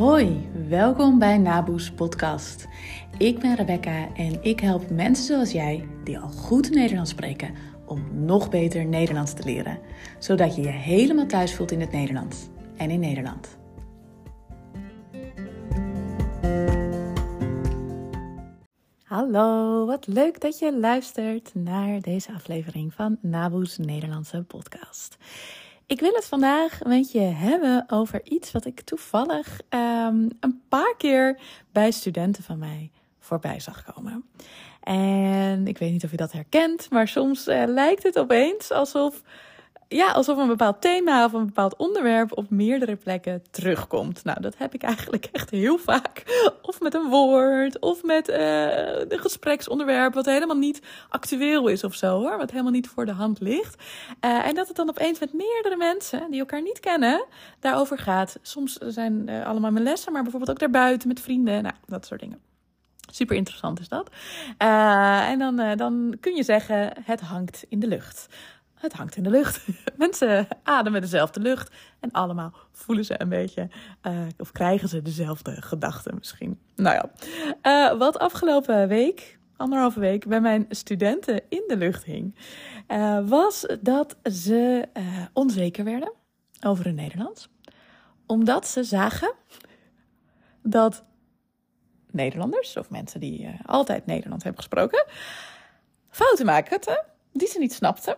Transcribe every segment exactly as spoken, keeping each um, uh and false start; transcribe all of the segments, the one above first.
Hoi, welkom bij Naboes podcast. Ik ben Rebecca en ik help mensen zoals jij die al goed Nederlands spreken om nog beter Nederlands te leren. Zodat je je helemaal thuis voelt in het Nederlands en in Nederland. Hallo, wat leuk dat je luistert naar deze aflevering van Naboes Nederlandse podcast. Ik wil het vandaag met je hebben over iets wat ik toevallig um, een paar keer bij studenten van mij voorbij zag komen. En ik weet niet of je dat herkent, maar soms uh, lijkt het opeens alsof, ja, alsof een bepaald thema of een bepaald onderwerp op meerdere plekken terugkomt. Nou, dat heb ik eigenlijk echt heel vaak. Of met een woord, of met uh, een gespreksonderwerp wat helemaal niet actueel is of zo, hoor. Wat helemaal niet voor de hand ligt. Uh, en dat het dan opeens met meerdere mensen die elkaar niet kennen, daarover gaat. Soms zijn uh, allemaal mijn lessen, maar bijvoorbeeld ook daarbuiten met vrienden. Nou, dat soort dingen. Super interessant is dat. Uh, en dan, uh, dan kun je zeggen, het hangt in de lucht. Het hangt in de lucht. Mensen ademen dezelfde lucht. En allemaal voelen ze een beetje, uh, of krijgen ze dezelfde gedachten misschien. Nou ja, uh, wat afgelopen week, anderhalve week, bij mijn studenten in de lucht hing, uh, was dat ze uh, onzeker werden over hun Nederlands. Omdat ze zagen dat Nederlanders, of mensen die uh, altijd Nederlands hebben gesproken, fouten maakten die ze niet snapten.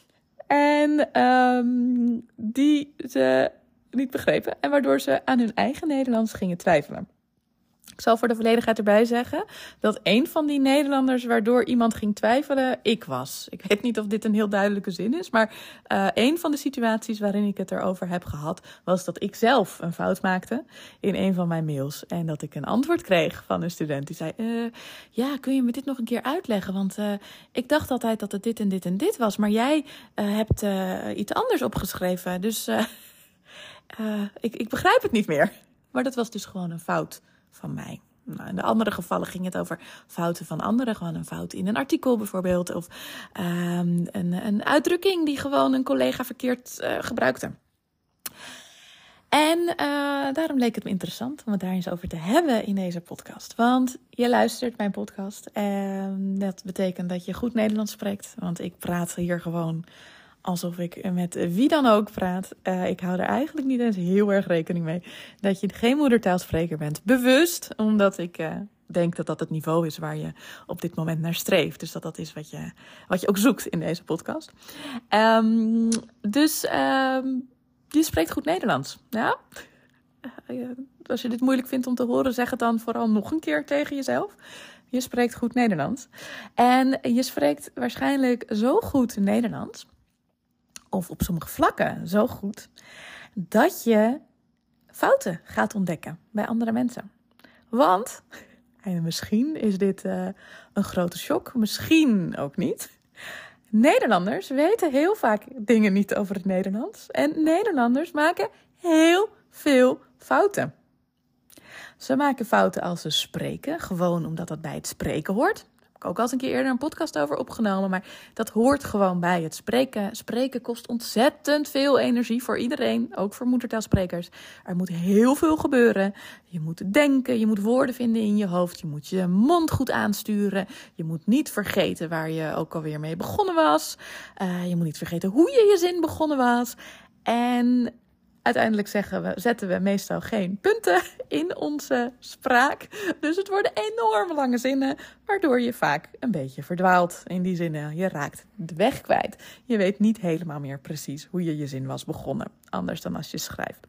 En um, die ze niet begrepen. En waardoor ze aan hun eigen Nederlands gingen twijfelen. Ik zal voor de volledigheid erbij zeggen dat een van die Nederlanders waardoor iemand ging twijfelen, ik was. Ik weet niet of dit een heel duidelijke zin is, maar uh, een van de situaties waarin ik het erover heb gehad, was dat ik zelf een fout maakte in een van mijn mails. En dat ik een antwoord kreeg van een student die zei, uh, ja, kun je me dit nog een keer uitleggen? Want uh, ik dacht altijd dat het dit en dit en dit was, maar jij uh, hebt uh, iets anders opgeschreven. Dus uh, uh, ik, ik begrijp het niet meer. Maar dat was dus gewoon een fout van mij. Nou, in de andere gevallen ging het over fouten van anderen. Gewoon een fout in een artikel bijvoorbeeld. Of um, een, een uitdrukking die gewoon een collega verkeerd uh, gebruikte. En uh, daarom leek het me interessant om het daar eens over te hebben in deze podcast. Want je luistert mijn podcast. En dat betekent dat je goed Nederlands spreekt. Want ik praat hier gewoon alsof ik met wie dan ook praat. Uh, ik hou er eigenlijk niet eens heel erg rekening mee dat je geen moedertaalspreker bent. Bewust, omdat ik uh, denk dat dat het niveau is waar je op dit moment naar streeft. Dus dat dat is wat je, wat je ook zoekt in deze podcast. Um, dus um, je spreekt goed Nederlands. Ja? Uh, als je dit moeilijk vindt om te horen, zeg het dan vooral nog een keer tegen jezelf. Je spreekt goed Nederlands. En je spreekt waarschijnlijk zo goed Nederlands, of op sommige vlakken zo goed, dat je fouten gaat ontdekken bij andere mensen. Want, en misschien is dit uh, een grote shock, misschien ook niet, Nederlanders weten heel vaak dingen niet over het Nederlands. En Nederlanders maken heel veel fouten. Ze maken fouten als ze spreken, gewoon omdat dat bij het spreken hoort. Ook al eens een keer eerder een podcast over opgenomen, maar dat hoort gewoon bij het spreken. Spreken kost ontzettend veel energie voor iedereen, ook voor moedertaalsprekers. Er moet heel veel gebeuren. Je moet denken, je moet woorden vinden in je hoofd, je moet je mond goed aansturen. Je moet niet vergeten waar je ook alweer mee begonnen was. Uh, je moet niet vergeten hoe je je zin begonnen was. En uiteindelijk zeggen we, zetten we meestal geen punten in onze spraak. Dus het worden enorm lange zinnen, waardoor je vaak een beetje verdwaalt in die zinnen. Je raakt de weg kwijt. Je weet niet helemaal meer precies hoe je je zin was begonnen. Anders dan als je schrijft.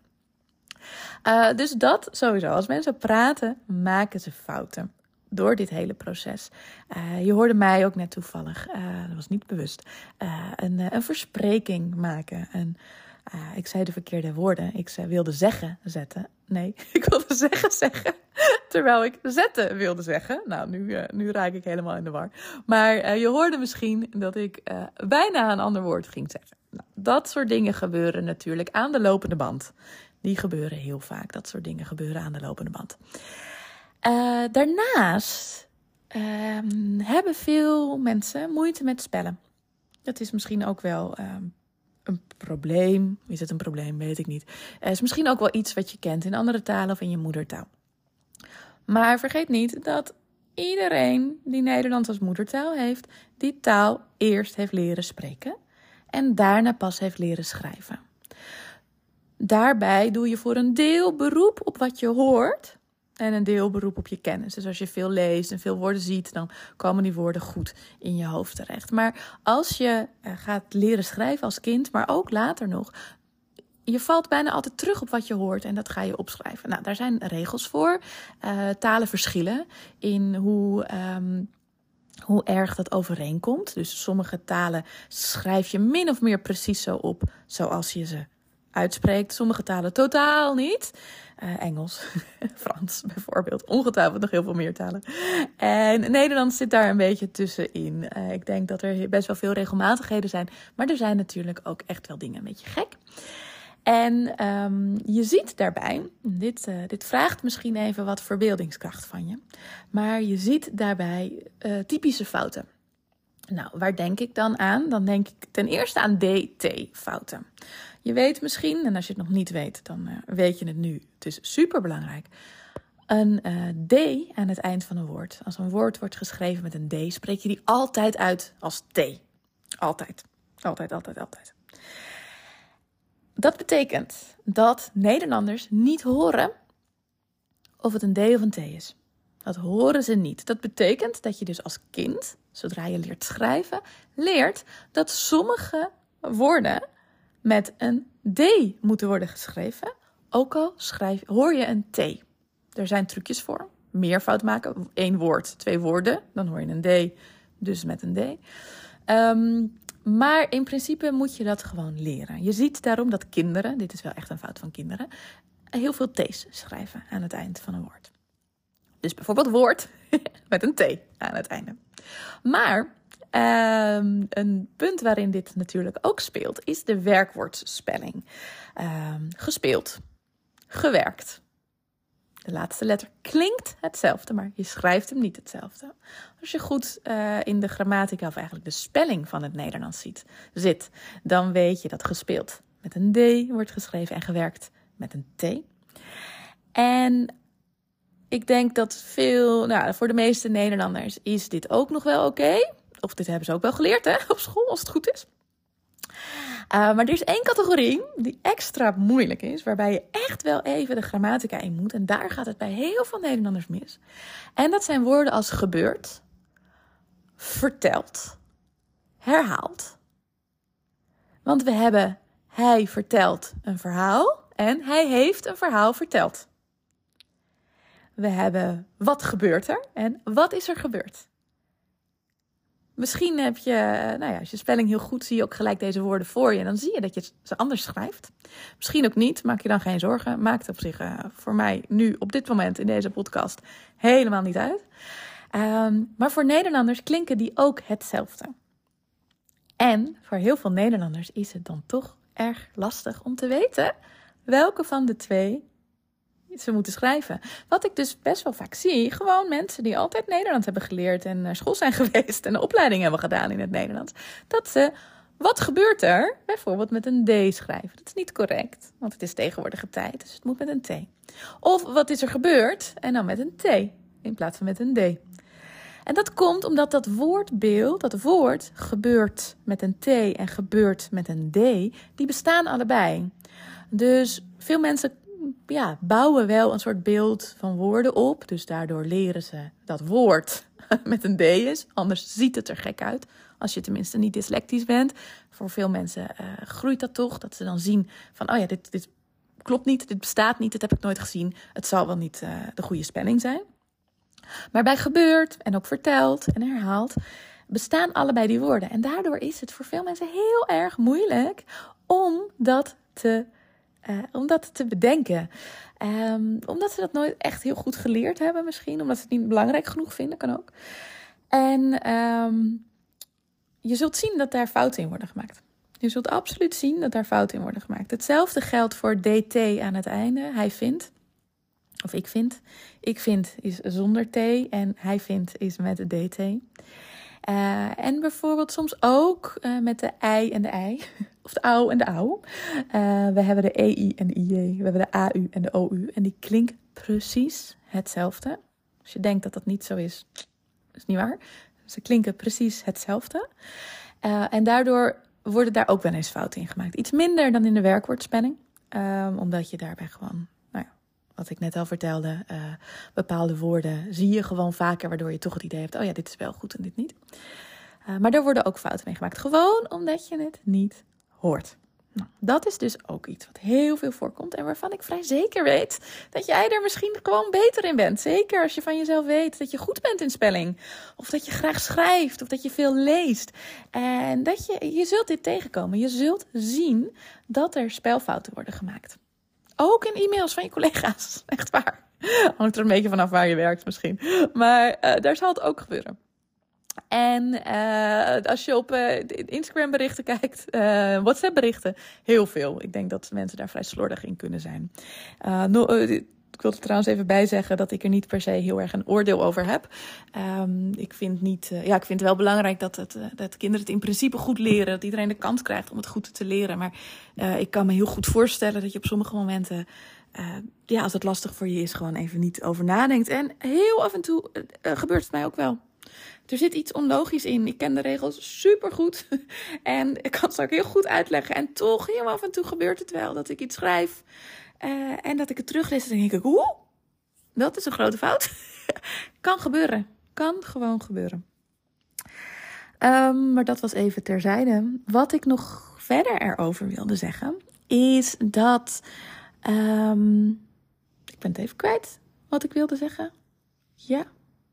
Uh, dus dat sowieso. Als mensen praten, maken ze fouten. Door dit hele proces. Uh, je hoorde mij ook net toevallig, uh, dat was niet bewust, uh, een, een verspreking maken. Een Uh, ik zei de verkeerde woorden. Ik zei, wilde zeggen, zetten. Nee, ik wilde zeggen, zeggen. Terwijl ik zetten wilde zeggen. Nou, nu, uh, nu raak ik helemaal in de war. Maar uh, je hoorde misschien dat ik uh, bijna een ander woord ging zeggen. Nou, dat soort dingen gebeuren natuurlijk aan de lopende band. Die gebeuren heel vaak. Dat soort dingen gebeuren aan de lopende band. Uh, daarnaast uh, hebben veel mensen moeite met spellen. Dat is misschien ook wel Uh, een probleem. Is het een probleem? Weet ik niet. Het is misschien ook wel iets wat je kent in andere talen of in je moedertaal. Maar vergeet niet dat iedereen die Nederlands als moedertaal heeft, die taal eerst heeft leren spreken en daarna pas heeft leren schrijven. Daarbij doe je voor een deel beroep op wat je hoort en een deel beroep op je kennis. Dus als je veel leest en veel woorden ziet, dan komen die woorden goed in je hoofd terecht. Maar als je gaat leren schrijven als kind, maar ook later nog, je valt bijna altijd terug op wat je hoort en dat ga je opschrijven. Nou, daar zijn regels voor. Uh, talen verschillen in hoe, um, hoe erg dat overeenkomt. Dus sommige talen schrijf je min of meer precies zo op zoals je ze uitspreekt. Sommige talen totaal niet. Uh, Engels, Frans bijvoorbeeld. Ongetwijfeld nog heel veel meer talen. En Nederlands zit daar een beetje tussenin. Uh, ik denk dat er best wel veel regelmatigheden zijn. Maar er zijn natuurlijk ook echt wel dingen een beetje gek. En um, je ziet daarbij, dit, uh, dit vraagt misschien even wat verbeeldingskracht van je. Maar je ziet daarbij uh, typische fouten. Nou, waar denk ik dan aan? Dan denk ik ten eerste aan D T-fouten. Je weet misschien, en als je het nog niet weet, dan uh, weet je het nu. Het is superbelangrijk. Een uh, D aan het eind van een woord. Als een woord wordt geschreven met een D, spreek je die altijd uit als T. Altijd. Altijd, altijd, altijd. Dat betekent dat Nederlanders niet horen of het een D of een T is. Dat horen ze niet. Dat betekent dat je dus als kind, zodra je leert schrijven, leert dat sommige woorden met een D moeten worden geschreven. Ook al schrijf, hoor je een T. Er zijn trucjes voor. Meervoud maken. Eén woord, twee woorden. Dan hoor je een D, dus met een D. Um, maar in principe moet je dat gewoon leren. Je ziet daarom dat kinderen, dit is wel echt een fout van kinderen, heel veel T's schrijven aan het eind van een woord. Dus bijvoorbeeld woord met een T aan het einde. Maar um, een punt waarin dit natuurlijk ook speelt, is de werkwoordspelling. Um, gespeeld, gewerkt. De laatste letter klinkt hetzelfde, maar je schrijft hem niet hetzelfde. Als je goed uh, in de grammatica, of eigenlijk de spelling van het Nederlands ziet, zit, dan weet je dat gespeeld met een D wordt geschreven en gewerkt met een T. En ik denk dat veel, nou, voor de meeste Nederlanders is dit ook nog wel oké. Okay. Of dit hebben ze ook wel geleerd, hè, op school, als het goed is. Uh, maar er is één categorie die extra moeilijk is, waarbij je echt wel even de grammatica in moet. En daar gaat het bij heel veel Nederlanders mis. En dat zijn woorden als gebeurd, verteld, herhaald. Want we hebben hij vertelt een verhaal en hij heeft een verhaal verteld. We hebben wat gebeurt er en wat is er gebeurd. Misschien heb je, nou ja, als je spelling heel goed zie je ook gelijk deze woorden voor je. En dan zie je dat je ze anders schrijft. Misschien ook niet, maak je dan geen zorgen. Maakt op zich uh, voor mij nu op dit moment in deze podcast helemaal niet uit. Um, maar voor Nederlanders klinken die ook hetzelfde. En voor heel veel Nederlanders is het dan toch erg lastig om te weten welke van de twee ze moeten schrijven. Wat ik dus best wel vaak zie, gewoon mensen die altijd Nederlands hebben geleerd en naar school zijn geweest en een opleiding hebben gedaan in het Nederlands, dat ze wat gebeurt er bijvoorbeeld met een D schrijven. Dat is niet correct, want het is tegenwoordige tijd, dus het moet met een T. Of wat is er gebeurd en dan met een T in plaats van met een D. En dat komt omdat dat woordbeeld, dat woord gebeurt met een T en gebeurt met een D, die bestaan allebei. Dus veel mensen ja, bouwen wel een soort beeld van woorden op. Dus daardoor leren ze dat woord met een D is. Anders ziet het er gek uit. Als je tenminste niet dyslectisch bent. Voor veel mensen uh, groeit dat toch. Dat ze dan zien van, oh ja, dit, dit klopt niet. Dit bestaat niet. Dit heb ik nooit gezien. Het zal wel niet uh, de goede spelling zijn. Maar bij gebeurd en ook verteld en herhaald bestaan allebei die woorden. En daardoor is het voor veel mensen heel erg moeilijk om dat te Uh, om dat te bedenken. Um, omdat ze dat nooit echt heel goed geleerd hebben misschien. Omdat ze het niet belangrijk genoeg vinden, kan ook. En um, je zult zien dat daar fouten in worden gemaakt. Je zult absoluut zien dat daar fouten in worden gemaakt. Hetzelfde geldt voor D T aan het einde. Hij vindt. Of ik vind. Ik vind is zonder T. En hij vindt is met de D T. Uh, en bijvoorbeeld soms ook uh, met de I en de I. of de au en de au. Uh, we hebben de E I en de I J. We hebben de A U en de O U. En die klinken precies hetzelfde. Als je denkt dat dat niet zo is, is niet waar. Ze klinken precies hetzelfde. Uh, en daardoor worden daar ook wel eens fouten in gemaakt. Iets minder dan in de werkwoordspelling. Um, omdat je daarbij gewoon, nou ja, wat ik net al vertelde, uh, bepaalde woorden zie je gewoon vaker, waardoor je toch het idee hebt, oh ja, dit is wel goed en dit niet. Uh, maar daar worden ook fouten mee gemaakt. Gewoon omdat je het niet hoort. Nou, dat is dus ook iets wat heel veel voorkomt en waarvan ik vrij zeker weet dat jij er misschien gewoon beter in bent. Zeker als je van jezelf weet dat je goed bent in spelling. Of dat je graag schrijft of dat je veel leest. En dat je, je zult dit tegenkomen. Je zult zien dat er spelfouten worden gemaakt. Ook in e-mails van je collega's. Echt waar. Hangt er een beetje vanaf waar je werkt misschien. Maar uh, daar zal het ook gebeuren. En uh, als je op uh, Instagram berichten kijkt, uh, WhatsApp berichten, heel veel. Ik denk dat mensen daar vrij slordig in kunnen zijn. Uh, no, uh, ik wil er trouwens even bij zeggen dat ik er niet per se heel erg een oordeel over heb. Um, ik vind niet, uh, ja, ik vind het wel belangrijk dat, het, uh, dat kinderen het in principe goed leren. Dat iedereen de kans krijgt om het goed te leren. Maar uh, ik kan me heel goed voorstellen dat je op sommige momenten, Uh, ja, als het lastig voor je is, gewoon even niet over nadenkt. En heel af en toe uh, gebeurt het mij ook wel. Er zit iets onlogisch in. Ik ken de regels supergoed. En ik kan het ook heel goed uitleggen. En toch, heel af en toe gebeurt het wel dat ik iets schrijf. Uh, en dat ik het teruglees en denk ik, oeh, dat is een grote fout. Kan gebeuren. Kan gewoon gebeuren. Um, maar dat was even terzijde. Wat ik nog verder erover wilde zeggen, is dat Um, ik ben het even kwijt wat ik wilde zeggen. Ja.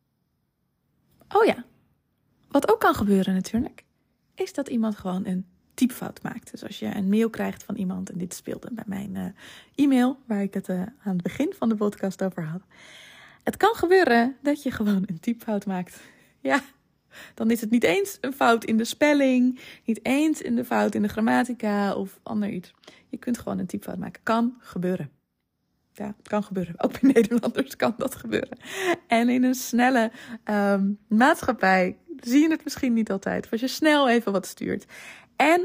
Oh ja. Wat ook kan gebeuren natuurlijk, is dat iemand gewoon een typfout maakt. Dus als je een mail krijgt van iemand, en dit speelde bij mijn uh, e-mail, waar ik het uh, aan het begin van de podcast over had. Het kan gebeuren dat je gewoon een typfout maakt. Ja. Dan is het niet eens een fout in de spelling, niet eens in de fout in de grammatica of ander iets. Je kunt gewoon een typfout maken. Kan gebeuren. Ja, het kan gebeuren. Ook bij Nederlanders kan dat gebeuren. En in een snelle um, maatschappij zie je het misschien niet altijd. Of als je snel even wat stuurt. En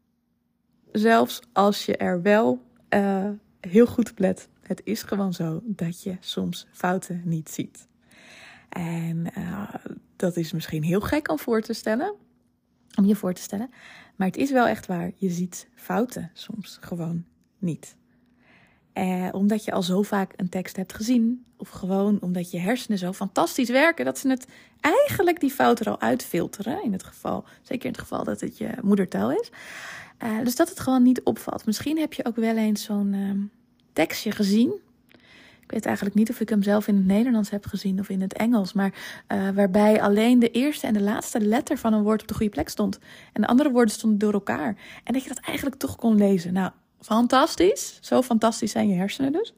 zelfs als je er wel uh, heel goed op let, het is gewoon zo dat je soms fouten niet ziet. En uh, dat is misschien heel gek om voor te stellen, om je voor te stellen. Maar het is wel echt waar. Je ziet fouten soms gewoon niet. Eh, omdat je al zo vaak een tekst hebt gezien. Of gewoon omdat je hersenen zo fantastisch werken, dat ze het eigenlijk die fouten er al uitfilteren. In het geval, zeker in het geval dat het je moedertaal is. Uh, dus dat het gewoon niet opvalt. Misschien heb je ook wel eens zo'n uh, tekstje gezien. Ik weet eigenlijk niet of ik hem zelf in het Nederlands heb gezien of in het Engels. Maar uh, waarbij alleen de eerste en de laatste letter van een woord op de goede plek stond. En de andere woorden stonden door elkaar. En dat je dat eigenlijk toch kon lezen. Nou, fantastisch. Zo fantastisch zijn je hersenen dus.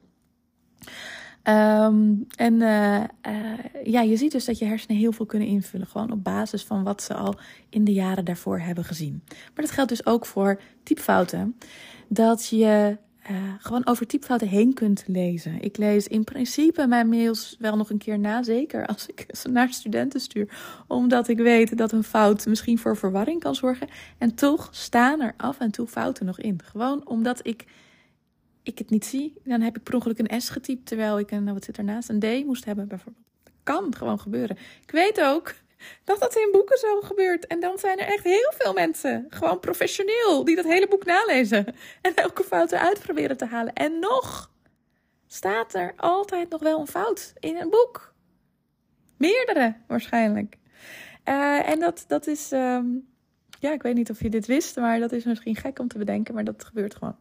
Um, en uh, uh, ja, je ziet dus dat je hersenen heel veel kunnen invullen. Gewoon op basis van wat ze al in de jaren daarvoor hebben gezien. Maar dat geldt dus ook voor typfouten. Dat je Uh, gewoon over typfouten heen kunt lezen. Ik lees in principe mijn mails wel nog een keer na, zeker als ik ze naar studenten stuur. Omdat ik weet dat een fout misschien voor verwarring kan zorgen. En toch staan er af en toe fouten nog in. Gewoon omdat ik, ik het niet zie. Dan heb ik per ongeluk een S getypt, terwijl ik een, wat zit ernaast, een D moest hebben bijvoorbeeld. Dat kan gewoon gebeuren. Ik weet ook dat dat in boeken zo gebeurt. En dan zijn er echt heel veel mensen, gewoon professioneel, die dat hele boek nalezen. En elke fout eruit proberen te halen. En nog staat er altijd nog wel een fout in een boek. Meerdere waarschijnlijk. Uh, en dat, dat is, um, ja, ik weet niet of je dit wist, maar dat is misschien gek om te bedenken, maar dat gebeurt gewoon.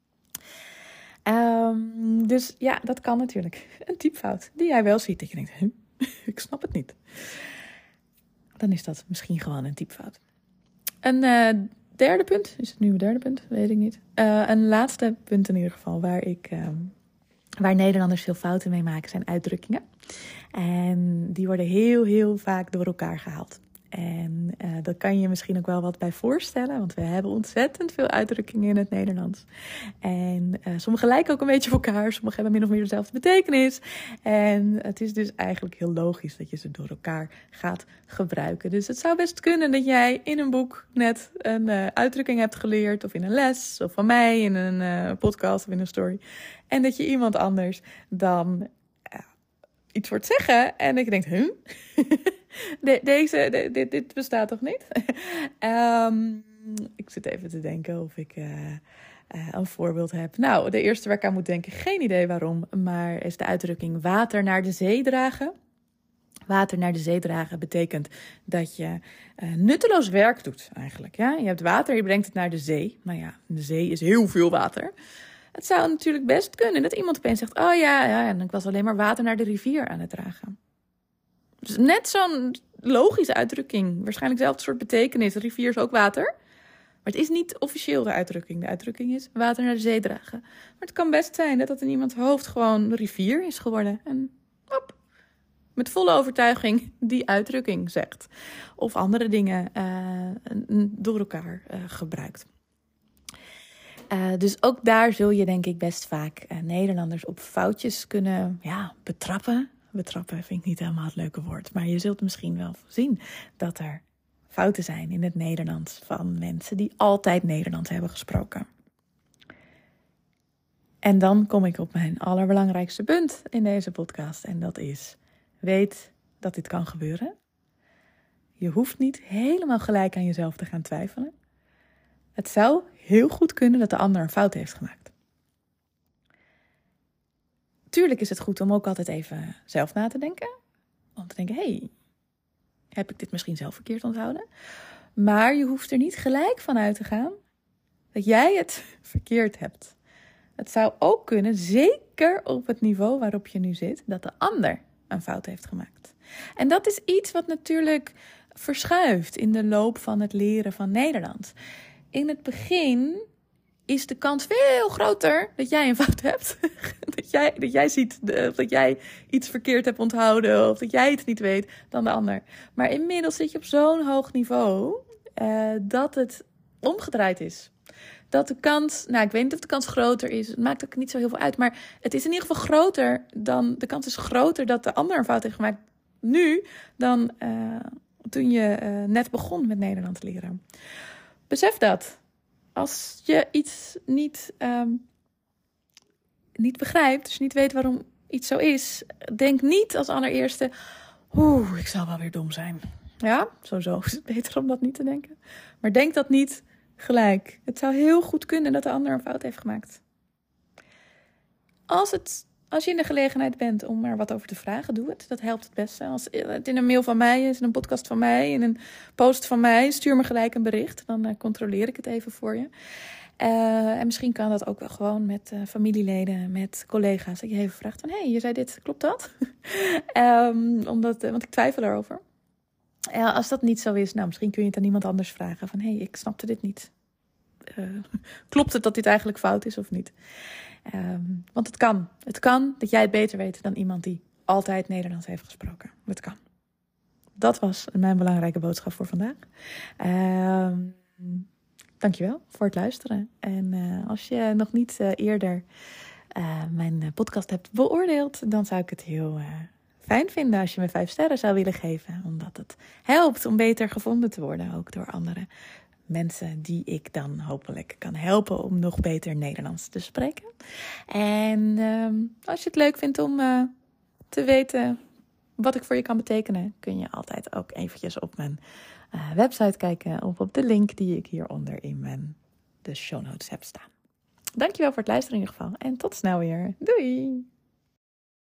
Um, dus ja, dat kan natuurlijk. Een typfout die jij wel ziet. Dat je denkt, huh? Ik snap het niet. Dan is dat misschien gewoon een typfout. Een uh, derde punt, is het nu een derde punt? Weet ik niet. Uh, een laatste punt in ieder geval, waar, ik, uh, waar Nederlanders veel fouten mee maken, zijn uitdrukkingen. En die worden heel, heel vaak door elkaar gehaald. En uh, daar kan je misschien ook wel wat bij voorstellen. Want we hebben ontzettend veel uitdrukkingen in het Nederlands. En uh, sommige lijken ook een beetje op elkaar. Sommige hebben min of meer dezelfde betekenis. En het is dus eigenlijk heel logisch dat je ze door elkaar gaat gebruiken. Dus het zou best kunnen dat jij in een boek net een uh, uitdrukking hebt geleerd. Of in een les. Of van mij in een uh, podcast of in een story. En dat je iemand anders dan uh, iets hoort zeggen. En dat je denkt, huh? De, deze, de, dit, dit bestaat toch niet? um, ik zit even te denken of ik uh, uh, een voorbeeld heb. Nou, de eerste waar ik aan moet denken, geen idee waarom, maar is de uitdrukking water naar de zee dragen. Water naar de zee dragen betekent dat je uh, nutteloos werk doet eigenlijk. Ja? Je hebt water, je brengt het naar de zee. Maar ja, de zee is heel veel water. Het zou natuurlijk best kunnen dat iemand opeens zegt, oh ja, ja, en ik was alleen maar water naar de rivier aan het dragen. Dus net zo'n logische uitdrukking. Waarschijnlijk hetzelfde soort betekenis. De rivier is ook water. Maar het is niet officieel de uitdrukking. De uitdrukking is water naar de zee dragen. Maar het kan best zijn dat dat in iemands hoofd gewoon de rivier is geworden. En hop, met volle overtuiging die uitdrukking zegt. Of andere dingen uh, door elkaar uh, gebruikt. Uh, dus ook daar zul je denk ik best vaak uh, Nederlanders op foutjes kunnen ja, betrappen. Betrappen vind ik niet helemaal het leuke woord. Maar je zult misschien wel zien dat er fouten zijn in het Nederlands van mensen die altijd Nederlands hebben gesproken. En dan kom ik op mijn allerbelangrijkste punt in deze podcast. En dat is, weet dat dit kan gebeuren. Je hoeft niet helemaal gelijk aan jezelf te gaan twijfelen. Het zou heel goed kunnen dat de ander een fout heeft gemaakt. Tuurlijk is het goed om ook altijd even zelf na te denken. Om te denken, hé, hey, heb ik dit misschien zelf verkeerd onthouden? Maar je hoeft er niet gelijk van uit te gaan dat jij het verkeerd hebt. Het zou ook kunnen, zeker op het niveau waarop je nu zit, dat de ander een fout heeft gemaakt. En dat is iets wat natuurlijk verschuift in de loop van het leren van Nederlands. In het begin is de kans veel groter dat jij een fout hebt. dat, jij, dat jij ziet, of dat jij iets verkeerd hebt onthouden, of dat jij het niet weet, dan de ander. Maar inmiddels zit je op zo'n hoog niveau uh, dat het omgedraaid is. Dat de kans, nou ik weet niet of de kans groter is, het maakt ook niet zo heel veel uit, maar het is in ieder geval groter dan, de kans is groter dat de ander een fout heeft gemaakt nu, dan uh, toen je uh, net begon met Nederlands leren. Besef dat. Als je iets niet, um, niet begrijpt, dus niet weet waarom iets zo is, denk niet als allereerste, oeh, ik zal wel weer dom zijn. Ja, sowieso is het beter om dat niet te denken. Maar denk dat niet gelijk. Het zou heel goed kunnen dat de ander een fout heeft gemaakt. Als, het, als je in de gelegenheid bent om er wat over te vragen, doe het. Dat helpt het beste. Als het in een mail van mij is, in een podcast van mij, in een post van mij, stuur me gelijk een bericht. Dan uh, controleer ik het even voor je. Uh, en misschien kan dat ook wel gewoon met uh, familieleden, met collega's. Dat je even vraagt van, hé, hey, je zei dit, klopt dat? um, omdat, uh, want ik twijfel erover. Uh, als dat niet zo is, nou, misschien kun je het aan iemand anders vragen. Van, hé, hey, ik snapte dit niet. Uh, klopt het dat dit eigenlijk fout is of niet? Um, want het kan. Het kan dat jij het beter weet dan iemand die altijd Nederlands heeft gesproken. Het kan. Dat was mijn belangrijke boodschap voor vandaag. Um, dankjewel voor het luisteren. En uh, als je nog niet uh, eerder uh, mijn podcast hebt beoordeeld, dan zou ik het heel uh, fijn vinden als je me vijf sterren zou willen geven. Omdat het helpt om beter gevonden te worden, ook door anderen. Mensen die ik dan hopelijk kan helpen om nog beter Nederlands te spreken. En um, als je het leuk vindt om uh, te weten wat ik voor je kan betekenen, kun je altijd ook eventjes op mijn uh, website kijken of op de link die ik hieronder in mijn de show notes heb staan. Dankjewel voor het luisteren in ieder geval en tot snel weer. Doei!